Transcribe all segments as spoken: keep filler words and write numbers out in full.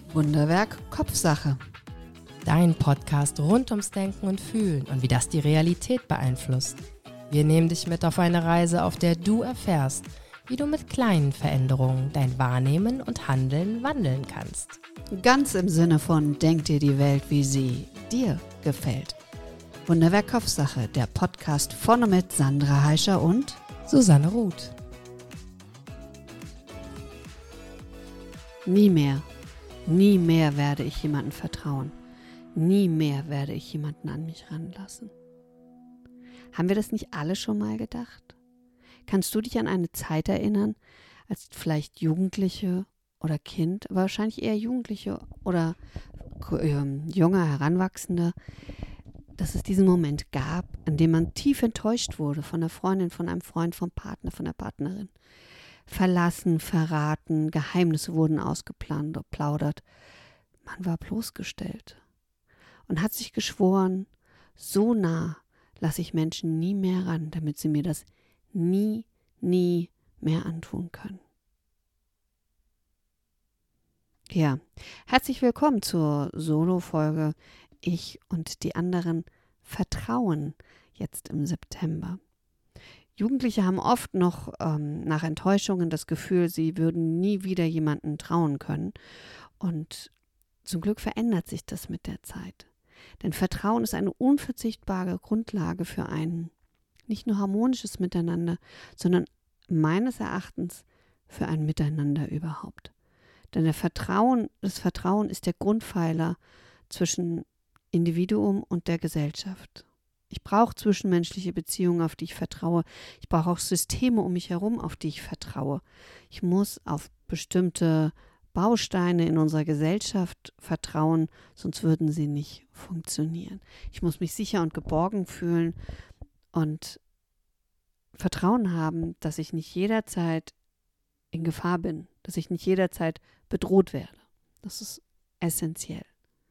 Wunderwerk Kopfsache. Dein Podcast rund ums Denken und Fühlen und wie das die Realität beeinflusst. Wir nehmen dich mit auf eine Reise, auf der du erfährst, wie du mit kleinen Veränderungen dein Wahrnehmen und Handeln wandeln kannst. Ganz im Sinne von denk dir die Welt, wie sie dir gefällt. Wunderwerk Kopfsache, der Podcast von und mit Sandra Heischer und Susanne Ruth. Nie mehr, nie mehr werde ich jemandem vertrauen. Nie mehr werde ich jemanden an mich ranlassen. Haben wir das nicht alle schon mal gedacht? Kannst du dich an eine Zeit erinnern, als vielleicht Jugendliche oder Kind, wahrscheinlich eher Jugendliche oder äh, junge Heranwachsende, dass es diesen Moment gab, an dem man tief enttäuscht wurde von der Freundin, von einem Freund, vom Partner, von der Partnerin. Verlassen, verraten, Geheimnisse wurden ausgeplaudert. Man war bloßgestellt und hat sich geschworen, so nah lasse ich Menschen nie mehr ran, damit sie mir das nie, nie mehr antun können. Ja, herzlich willkommen zur Solo-Folge Ich und die anderen Vertrauen jetzt im September. Jugendliche haben oft noch ähm, nach Enttäuschungen das Gefühl, sie würden nie wieder jemandem trauen können. Und zum Glück verändert sich das mit der Zeit. Denn Vertrauen ist eine unverzichtbare Grundlage für ein nicht nur harmonisches Miteinander, sondern meines Erachtens für ein Miteinander überhaupt. Denn der Vertrauen, das Vertrauen ist der Grundpfeiler zwischen Individuum und der Gesellschaft. Ich brauche zwischenmenschliche Beziehungen, auf die ich vertraue. Ich brauche auch Systeme um mich herum, auf die ich vertraue. Ich muss auf bestimmte Bausteine in unserer Gesellschaft vertrauen, sonst würden sie nicht funktionieren. Ich muss mich sicher und geborgen fühlen und Vertrauen haben, dass ich nicht jederzeit in Gefahr bin, dass ich nicht jederzeit bedroht werde. Das ist essentiell.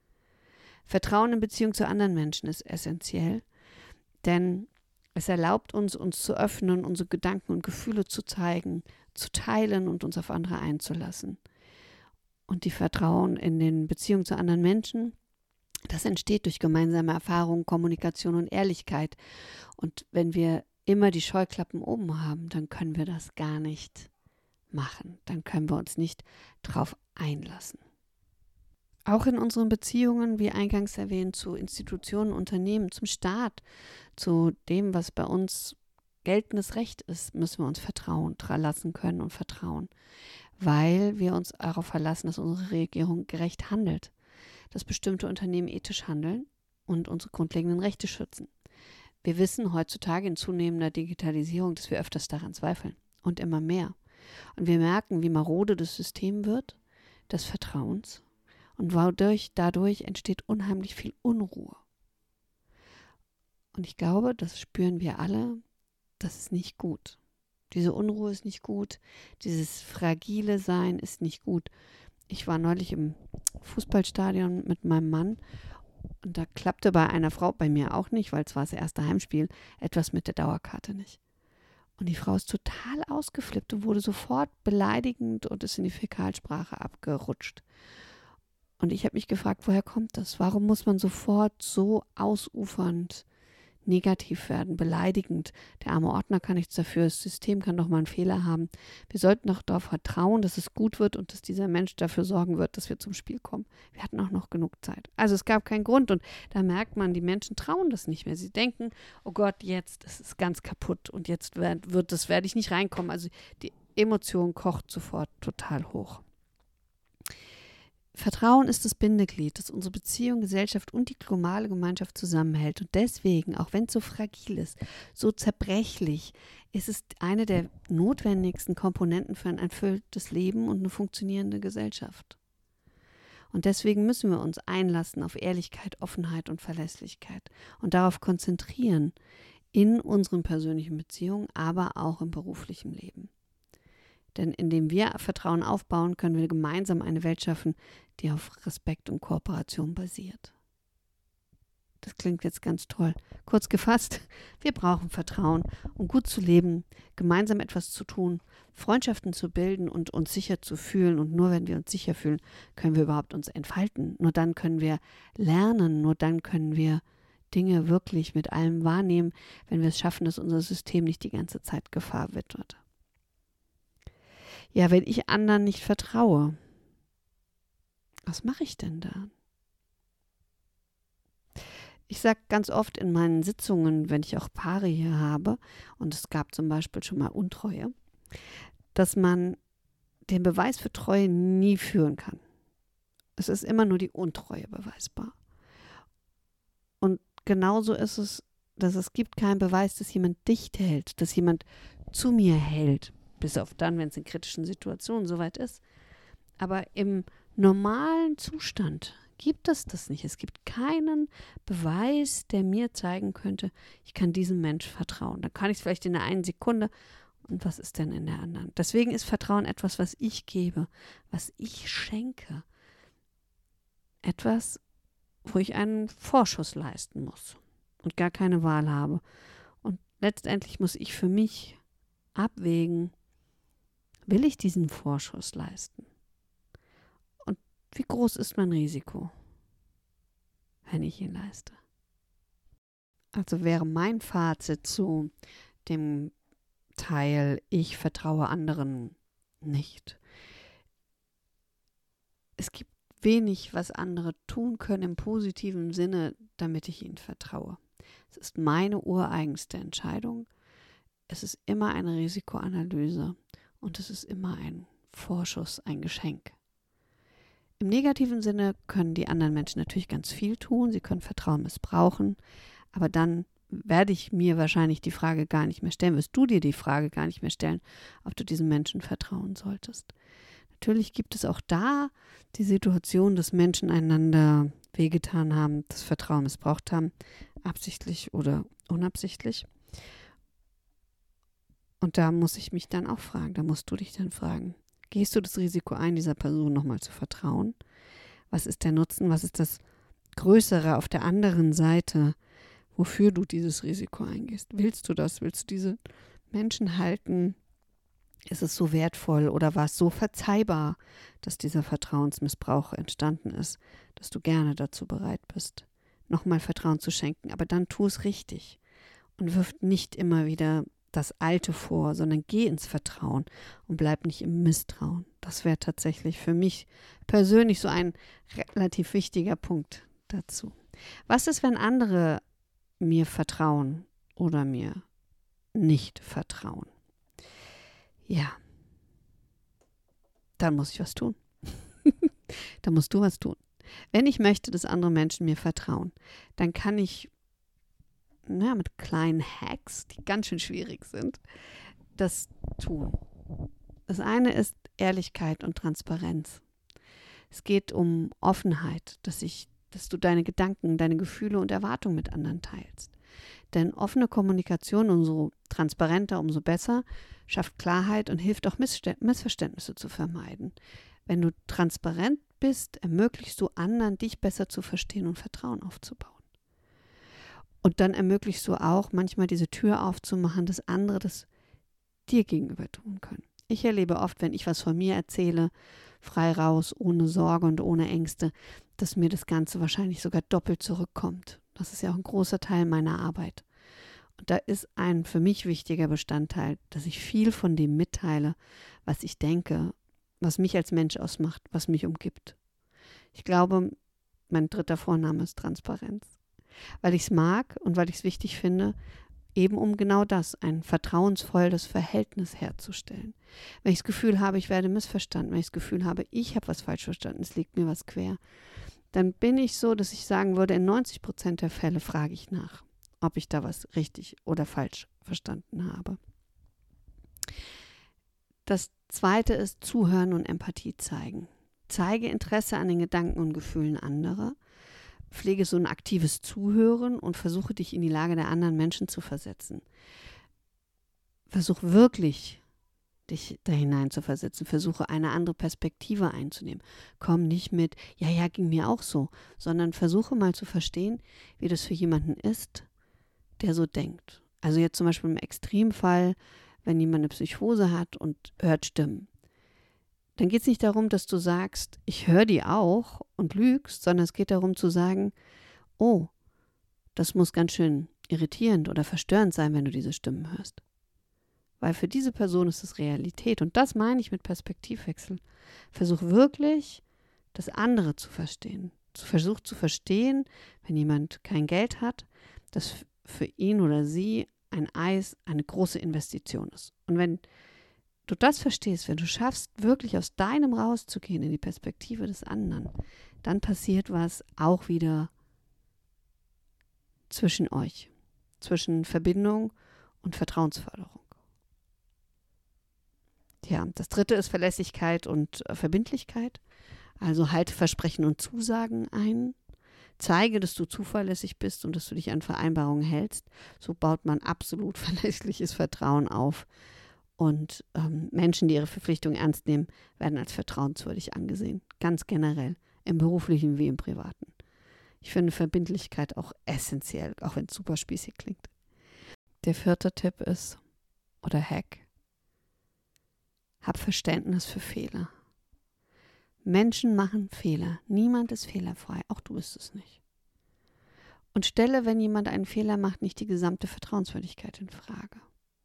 Vertrauen in Beziehung zu anderen Menschen ist essentiell, denn es erlaubt uns, uns zu öffnen, unsere Gedanken und Gefühle zu zeigen, zu teilen und uns auf andere einzulassen. Und die Vertrauen in den Beziehungen zu anderen Menschen, das entsteht durch gemeinsame Erfahrungen, Kommunikation und Ehrlichkeit. Und wenn wir immer die Scheuklappen oben haben, dann können wir das gar nicht machen. Dann können wir uns nicht drauf einlassen. Auch in unseren Beziehungen, wie eingangs erwähnt, zu Institutionen, Unternehmen, zum Staat, zu dem, was bei uns geltendes Recht ist, müssen wir uns vertrauen, lassen können und vertrauen, weil wir uns darauf verlassen, dass unsere Regierung gerecht handelt, dass bestimmte Unternehmen ethisch handeln und unsere grundlegenden Rechte schützen. Wir wissen heutzutage in zunehmender Digitalisierung, dass wir öfters daran zweifeln und immer mehr. Und wir merken, wie marode das System wird, des Vertrauens. Und dadurch, dadurch entsteht unheimlich viel Unruhe. Und ich glaube, das spüren wir alle, das ist nicht gut. Diese Unruhe ist nicht gut, dieses fragile Sein ist nicht gut. Ich war neulich im Fußballstadion mit meinem Mann und da klappte bei einer Frau, bei mir auch nicht, weil es war das erste Heimspiel, etwas mit der Dauerkarte nicht. Und die Frau ist total ausgeflippt und wurde sofort beleidigend und ist in die Fäkalsprache abgerutscht. Und ich habe mich gefragt, woher kommt das? Warum muss man sofort so ausufernd negativ werden, beleidigend? Der arme Ordner kann nichts dafür, das System kann doch mal einen Fehler haben. Wir sollten doch darauf vertrauen, dass es gut wird und dass dieser Mensch dafür sorgen wird, dass wir zum Spiel kommen. Wir hatten auch noch genug Zeit. Also es gab keinen Grund und da merkt man, die Menschen trauen das nicht mehr. Sie denken, oh Gott, jetzt ist es ganz kaputt und jetzt wird, wird das werde ich nicht reinkommen. Also die Emotion kocht sofort total hoch. Vertrauen ist das Bindeglied, das unsere Beziehung, Gesellschaft und die globale Gemeinschaft zusammenhält. Und deswegen, auch wenn es so fragil ist, so zerbrechlich, ist es eine der notwendigsten Komponenten für ein erfülltes Leben und eine funktionierende Gesellschaft. Und deswegen müssen wir uns einlassen auf Ehrlichkeit, Offenheit und Verlässlichkeit und darauf konzentrieren in unseren persönlichen Beziehungen, aber auch im beruflichen Leben. Denn indem wir Vertrauen aufbauen, können wir gemeinsam eine Welt schaffen, die auf Respekt und Kooperation basiert. Das klingt jetzt ganz toll. Kurz gefasst, wir brauchen Vertrauen, um gut zu leben, gemeinsam etwas zu tun, Freundschaften zu bilden und uns sicher zu fühlen. Und nur wenn wir uns sicher fühlen, können wir überhaupt uns entfalten. Nur dann können wir lernen, nur dann können wir Dinge wirklich mit allem wahrnehmen, wenn wir es schaffen, dass unser System nicht die ganze Zeit Gefahr wittert. Ja, wenn ich anderen nicht vertraue, was mache ich denn da? Ich sage ganz oft in meinen Sitzungen, wenn ich auch Paare hier habe, und es gab zum Beispiel schon mal Untreue, dass man den Beweis für Treue nie führen kann. Es ist immer nur die Untreue beweisbar. Und genauso ist es, dass es gibt keinen Beweis, dass jemand dicht hält, dass jemand zu mir hält, bis auf dann, wenn es in kritischen Situationen soweit ist. Aber im normalen Zustand gibt es das nicht. Es gibt keinen Beweis, der mir zeigen könnte, ich kann diesem Mensch vertrauen. Dann kann ich es vielleicht in der einen Sekunde. Und was ist denn in der anderen? Deswegen ist Vertrauen etwas, was ich gebe, was ich schenke. Etwas, wo ich einen Vorschuss leisten muss und gar keine Wahl habe. Und letztendlich muss ich für mich abwägen, will ich diesen Vorschuss leisten? Wie groß ist mein Risiko, wenn ich ihn leiste? Also wäre mein Fazit zu dem Teil, ich vertraue anderen nicht. Es gibt wenig, was andere tun können im positiven Sinne, damit ich ihnen vertraue. Es ist meine ureigenste Entscheidung. Es ist immer eine Risikoanalyse und es ist immer ein Vorschuss, ein Geschenk. Im negativen Sinne können die anderen Menschen natürlich ganz viel tun, sie können Vertrauen missbrauchen, aber dann werde ich mir wahrscheinlich die Frage gar nicht mehr stellen, wirst du dir die Frage gar nicht mehr stellen, ob du diesem Menschen vertrauen solltest. Natürlich gibt es auch da die Situation, dass Menschen einander wehgetan haben, das Vertrauen missbraucht haben, absichtlich oder unabsichtlich. Und da muss ich mich dann auch fragen, da musst du dich dann fragen, gehst du das Risiko ein, dieser Person nochmal zu vertrauen? Was ist der Nutzen? Was ist das Größere auf der anderen Seite, wofür du dieses Risiko eingehst? Willst du das? Willst du diese Menschen halten? Ist es so wertvoll oder war es so verzeihbar, dass dieser Vertrauensmissbrauch entstanden ist, dass du gerne dazu bereit bist, nochmal Vertrauen zu schenken? Aber dann tu es richtig und wirf nicht immer wieder das Alte vor, sondern geh ins Vertrauen und bleib nicht im Misstrauen. Das wäre tatsächlich für mich persönlich so ein relativ wichtiger Punkt dazu. Was ist, wenn andere mir vertrauen oder mir nicht vertrauen? Ja, dann muss ich was tun. Dann musst du was tun. Wenn ich möchte, dass andere Menschen mir vertrauen, dann kann ich ja, mit kleinen Hacks, die ganz schön schwierig sind, das tun. Das eine ist Ehrlichkeit und Transparenz. Es geht um Offenheit, dass ich, dass du deine Gedanken, deine Gefühle und Erwartungen mit anderen teilst. Denn offene Kommunikation, umso transparenter, umso besser, schafft Klarheit und hilft auch Missste- Missverständnisse zu vermeiden. Wenn du transparent bist, ermöglichst du anderen, dich besser zu verstehen und Vertrauen aufzubauen. Und dann ermöglichst du auch manchmal diese Tür aufzumachen, dass andere das dir gegenüber tun können. Ich erlebe oft, wenn ich was von mir erzähle, frei raus, ohne Sorge und ohne Ängste, dass mir das Ganze wahrscheinlich sogar doppelt zurückkommt. Das ist ja auch ein großer Teil meiner Arbeit. Und da ist ein für mich wichtiger Bestandteil, dass ich viel von dem mitteile, was ich denke, was mich als Mensch ausmacht, was mich umgibt. Ich glaube, mein dritter Vorname ist Transparenz. Weil ich es mag und weil ich es wichtig finde, eben um genau das, ein vertrauensvolles Verhältnis herzustellen. Wenn ich das Gefühl habe, ich werde missverstanden, wenn ich das Gefühl habe, ich habe was falsch verstanden, es liegt mir was quer, dann bin ich so, dass ich sagen würde, in neunzig Prozent der Fälle frage ich nach, ob ich da was richtig oder falsch verstanden habe. Das zweite ist Zuhören und Empathie zeigen. Zeige Interesse an den Gedanken und Gefühlen anderer. Pflege so ein aktives Zuhören und versuche dich in die Lage der anderen Menschen zu versetzen. Versuch wirklich dich da hinein zu versetzen. Versuche eine andere Perspektive einzunehmen. Komm nicht mit, ja, ja, ging mir auch so, sondern versuche mal zu verstehen, wie das für jemanden ist, der so denkt. Also jetzt zum Beispiel im Extremfall, wenn jemand eine Psychose hat und hört Stimmen. Dann geht es nicht darum, dass du sagst, ich höre die auch und lügst, sondern es geht darum zu sagen, oh, das muss ganz schön irritierend oder verstörend sein, wenn du diese Stimmen hörst. Weil für diese Person ist es Realität. Und das meine ich mit Perspektivwechsel. Versuch wirklich, das andere zu verstehen. Versuch zu verstehen, wenn jemand kein Geld hat, dass für ihn oder sie ein Eis eine große Investition ist. Und wenn du das verstehst, wenn du schaffst, wirklich aus deinem rauszugehen in die Perspektive des anderen, dann passiert was auch wieder zwischen euch, zwischen Verbindung und Vertrauensförderung. Ja, das dritte ist Verlässlichkeit und Verbindlichkeit. Also halte Versprechen und Zusagen ein. Zeige, dass du zuverlässig bist und dass du dich an Vereinbarungen hältst. So baut man absolut verlässliches Vertrauen auf. Und ähm, Menschen, die ihre Verpflichtungen ernst nehmen, werden als vertrauenswürdig angesehen. Ganz generell, im Beruflichen wie im Privaten. Ich finde Verbindlichkeit auch essentiell, auch wenn es super spießig klingt. Der vierte Tipp ist, oder Hack, hab Verständnis für Fehler. Menschen machen Fehler. Niemand ist fehlerfrei. Auch du bist es nicht. Und stelle, wenn jemand einen Fehler macht, nicht die gesamte Vertrauenswürdigkeit in Frage.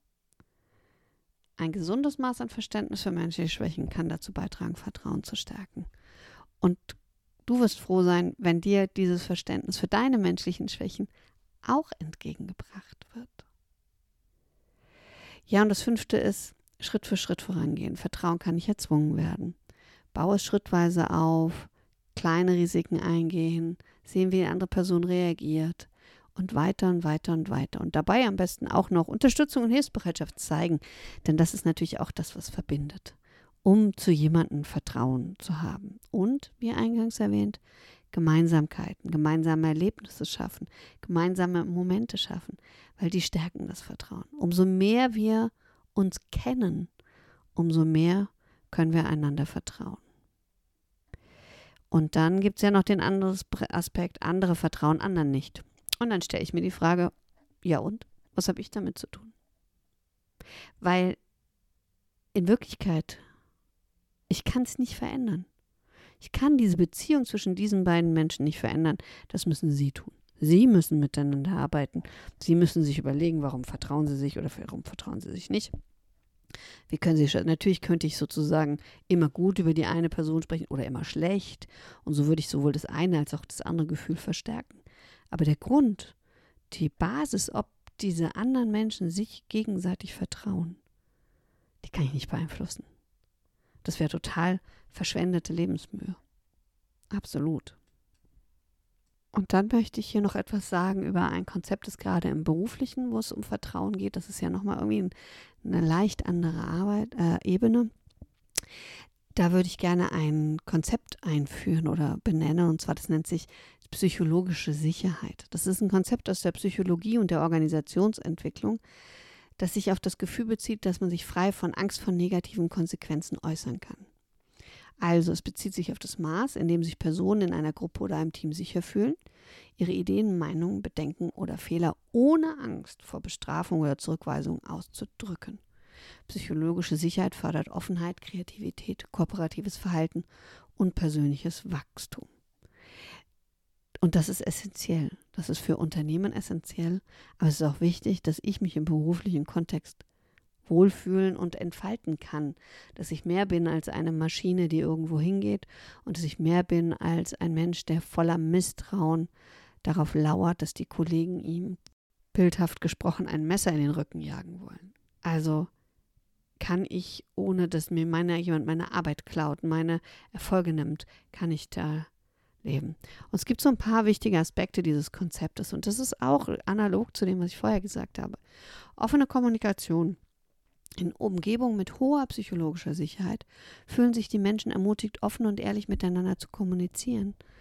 Ein gesundes Maß an Verständnis für menschliche Schwächen kann dazu beitragen, Vertrauen zu stärken. Und du wirst froh sein, wenn dir dieses Verständnis für deine menschlichen Schwächen auch entgegengebracht wird. Ja, und das fünfte ist, Schritt für Schritt vorangehen. Vertrauen kann nicht erzwungen werden. Baue es schrittweise auf, kleine Risiken eingehen, sehen, wie die andere Person reagiert und weiter und weiter und weiter. Und dabei am besten auch noch Unterstützung und Hilfsbereitschaft zeigen, denn das ist natürlich auch das, was verbindet, um zu jemandem Vertrauen zu haben. Und, wie eingangs erwähnt, Gemeinsamkeiten, gemeinsame Erlebnisse schaffen, gemeinsame Momente schaffen, weil die stärken das Vertrauen. Umso mehr wir uns kennen, umso mehr können wir einander vertrauen. Und dann gibt es ja noch den anderen Aspekt, andere vertrauen anderen nicht. Und dann stelle ich mir die Frage, ja und? Was habe ich damit zu tun? Weil in Wirklichkeit, ich kann es nicht verändern. Ich kann diese Beziehung zwischen diesen beiden Menschen nicht verändern. Das müssen sie tun. Sie müssen miteinander arbeiten. Sie müssen sich überlegen, warum vertrauen sie sich oder warum vertrauen sie sich nicht. Wie können sie, natürlich könnte ich sozusagen immer gut über die eine Person sprechen oder immer schlecht. Und so würde ich sowohl das eine als auch das andere Gefühl verstärken. Aber der Grund, die Basis, ob diese anderen Menschen sich gegenseitig vertrauen, die kann ich nicht beeinflussen. Das wäre total verschwendete Lebensmühe. Absolut. Und dann möchte ich hier noch etwas sagen über ein Konzept, das gerade im Beruflichen, wo es um Vertrauen geht. Das ist ja nochmal irgendwie ein, eine leicht andere Arbeit, äh, Ebene. Da würde ich gerne ein Konzept einführen oder benennen, und zwar das nennt sich psychologische Sicherheit. Das ist ein Konzept aus der Psychologie und der Organisationsentwicklung, das sich auf das Gefühl bezieht, dass man sich frei von Angst vor negativen Konsequenzen äußern kann. Also es bezieht sich auf das Maß, in dem sich Personen in einer Gruppe oder einem Team sicher fühlen, ihre Ideen, Meinungen, Bedenken oder Fehler ohne Angst vor Bestrafung oder Zurückweisung auszudrücken. Psychologische Sicherheit fördert Offenheit, Kreativität, kooperatives Verhalten und persönliches Wachstum. Und das ist essentiell. Das ist für Unternehmen essentiell. Aber es ist auch wichtig, dass ich mich im beruflichen Kontext wohlfühlen und entfalten kann. Dass ich mehr bin als eine Maschine, die irgendwo hingeht, und dass ich mehr bin als ein Mensch, der voller Misstrauen darauf lauert, dass die Kollegen ihm, bildhaft gesprochen, ein Messer in den Rücken jagen wollen. Also kann ich, ohne dass mir meine, jemand meine Arbeit klaut, meine Erfolge nimmt, kann ich da leben. Und es gibt so ein paar wichtige Aspekte dieses Konzeptes, und das ist auch analog zu dem, was ich vorher gesagt habe. Offene Kommunikation. In Umgebung mit hoher psychologischer Sicherheit fühlen sich die Menschen ermutigt, offen und ehrlich miteinander zu kommunizieren.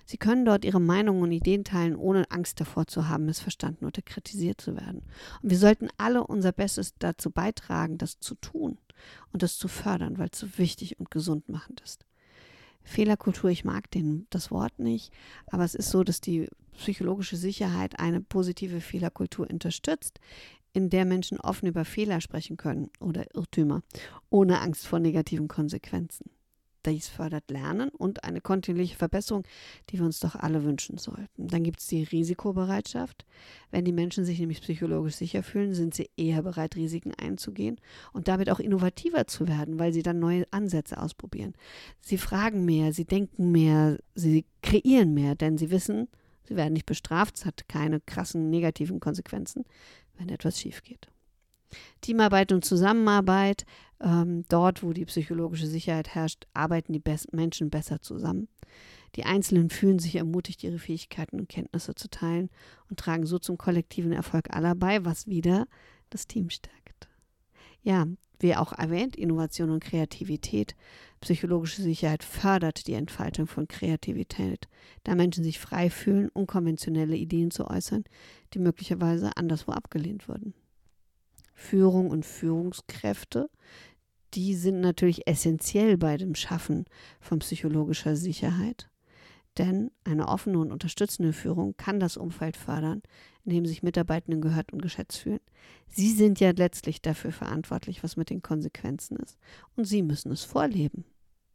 Sie können dort ihre Meinungen und Ideen teilen, ohne Angst davor zu haben, missverstanden oder kritisiert zu werden. Und wir sollten alle unser Bestes dazu beitragen, das zu tun und das zu fördern, weil es so wichtig und gesundmachend ist. Fehlerkultur, ich mag den, das Wort nicht, aber es ist so, dass die psychologische Sicherheit eine positive Fehlerkultur unterstützt, in der Menschen offen über Fehler sprechen können oder Irrtümer, ohne Angst vor negativen Konsequenzen. Dies fördert Lernen und eine kontinuierliche Verbesserung, die wir uns doch alle wünschen sollten. Dann gibt es die Risikobereitschaft. Wenn die Menschen sich nämlich psychologisch sicher fühlen, sind sie eher bereit, Risiken einzugehen und damit auch innovativer zu werden, weil sie dann neue Ansätze ausprobieren. Sie fragen mehr, sie denken mehr, sie kreieren mehr, denn sie wissen, sie werden nicht bestraft, es hat keine krassen negativen Konsequenzen, wenn etwas schief geht. Teamarbeit und Zusammenarbeit, ähm, dort, wo die psychologische Sicherheit herrscht, arbeiten die Be- Menschen besser zusammen. Die Einzelnen fühlen sich ermutigt, ihre Fähigkeiten und Kenntnisse zu teilen und tragen so zum kollektiven Erfolg aller bei, was wieder das Team stärkt. Ja, wie auch erwähnt, Innovation und Kreativität. Psychologische Sicherheit fördert die Entfaltung von Kreativität, da Menschen sich frei fühlen, unkonventionelle Ideen zu äußern, die möglicherweise anderswo abgelehnt wurden. Führung und Führungskräfte, die sind natürlich essentiell bei dem Schaffen von psychologischer Sicherheit. Denn eine offene und unterstützende Führung kann das Umfeld fördern, in dem sich Mitarbeitenden gehört und geschätzt fühlen. Sie sind ja letztlich dafür verantwortlich, was mit den Konsequenzen ist. Und sie müssen es vorleben.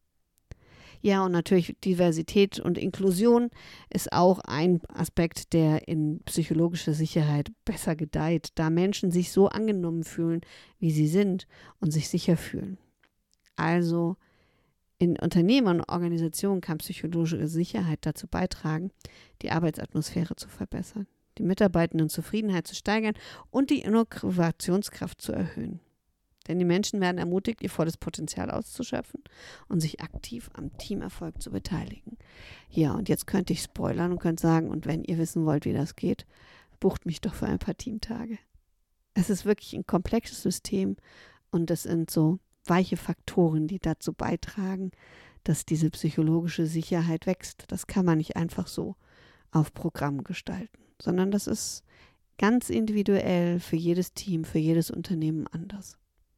Ja, und natürlich Diversität und Inklusion ist auch ein Aspekt, der in psychologischer Sicherheit besser gedeiht, da Menschen sich so angenommen fühlen, wie sie sind und sich sicher fühlen. Also in Unternehmen und Organisationen kann psychologische Sicherheit dazu beitragen, die Arbeitsatmosphäre zu verbessern, die Mitarbeitendenzufriedenheit zu steigern und die Innovationskraft zu erhöhen. Denn die Menschen werden ermutigt, ihr volles Potenzial auszuschöpfen und sich aktiv am Teamerfolg zu beteiligen. Ja, und jetzt könnte ich spoilern und könnte sagen, und wenn ihr wissen wollt, wie das geht, bucht mich doch für ein paar Teamtage. Es ist wirklich ein komplexes System und es sind so weiche Faktoren, die dazu beitragen, dass diese psychologische Sicherheit wächst. Das kann man nicht einfach so auf Programm gestalten, sondern das ist ganz individuell für jedes Team, für jedes Unternehmen anders.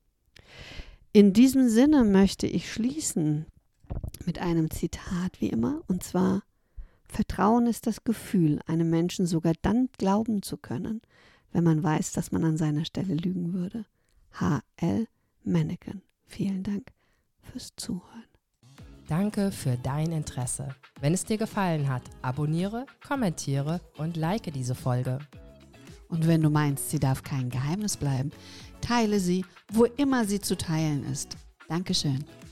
In diesem Sinne möchte ich schließen mit einem Zitat wie immer, und zwar: Vertrauen ist das Gefühl, einem Menschen sogar dann glauben zu können, wenn man weiß, dass man an seiner Stelle lügen würde. H L Mencken. Vielen Dank fürs Zuhören. Danke für dein Interesse. Wenn es dir gefallen hat, abonniere, kommentiere und like diese Folge. Und wenn du meinst, sie darf kein Geheimnis bleiben, teile sie, wo immer sie zu teilen ist. Dankeschön.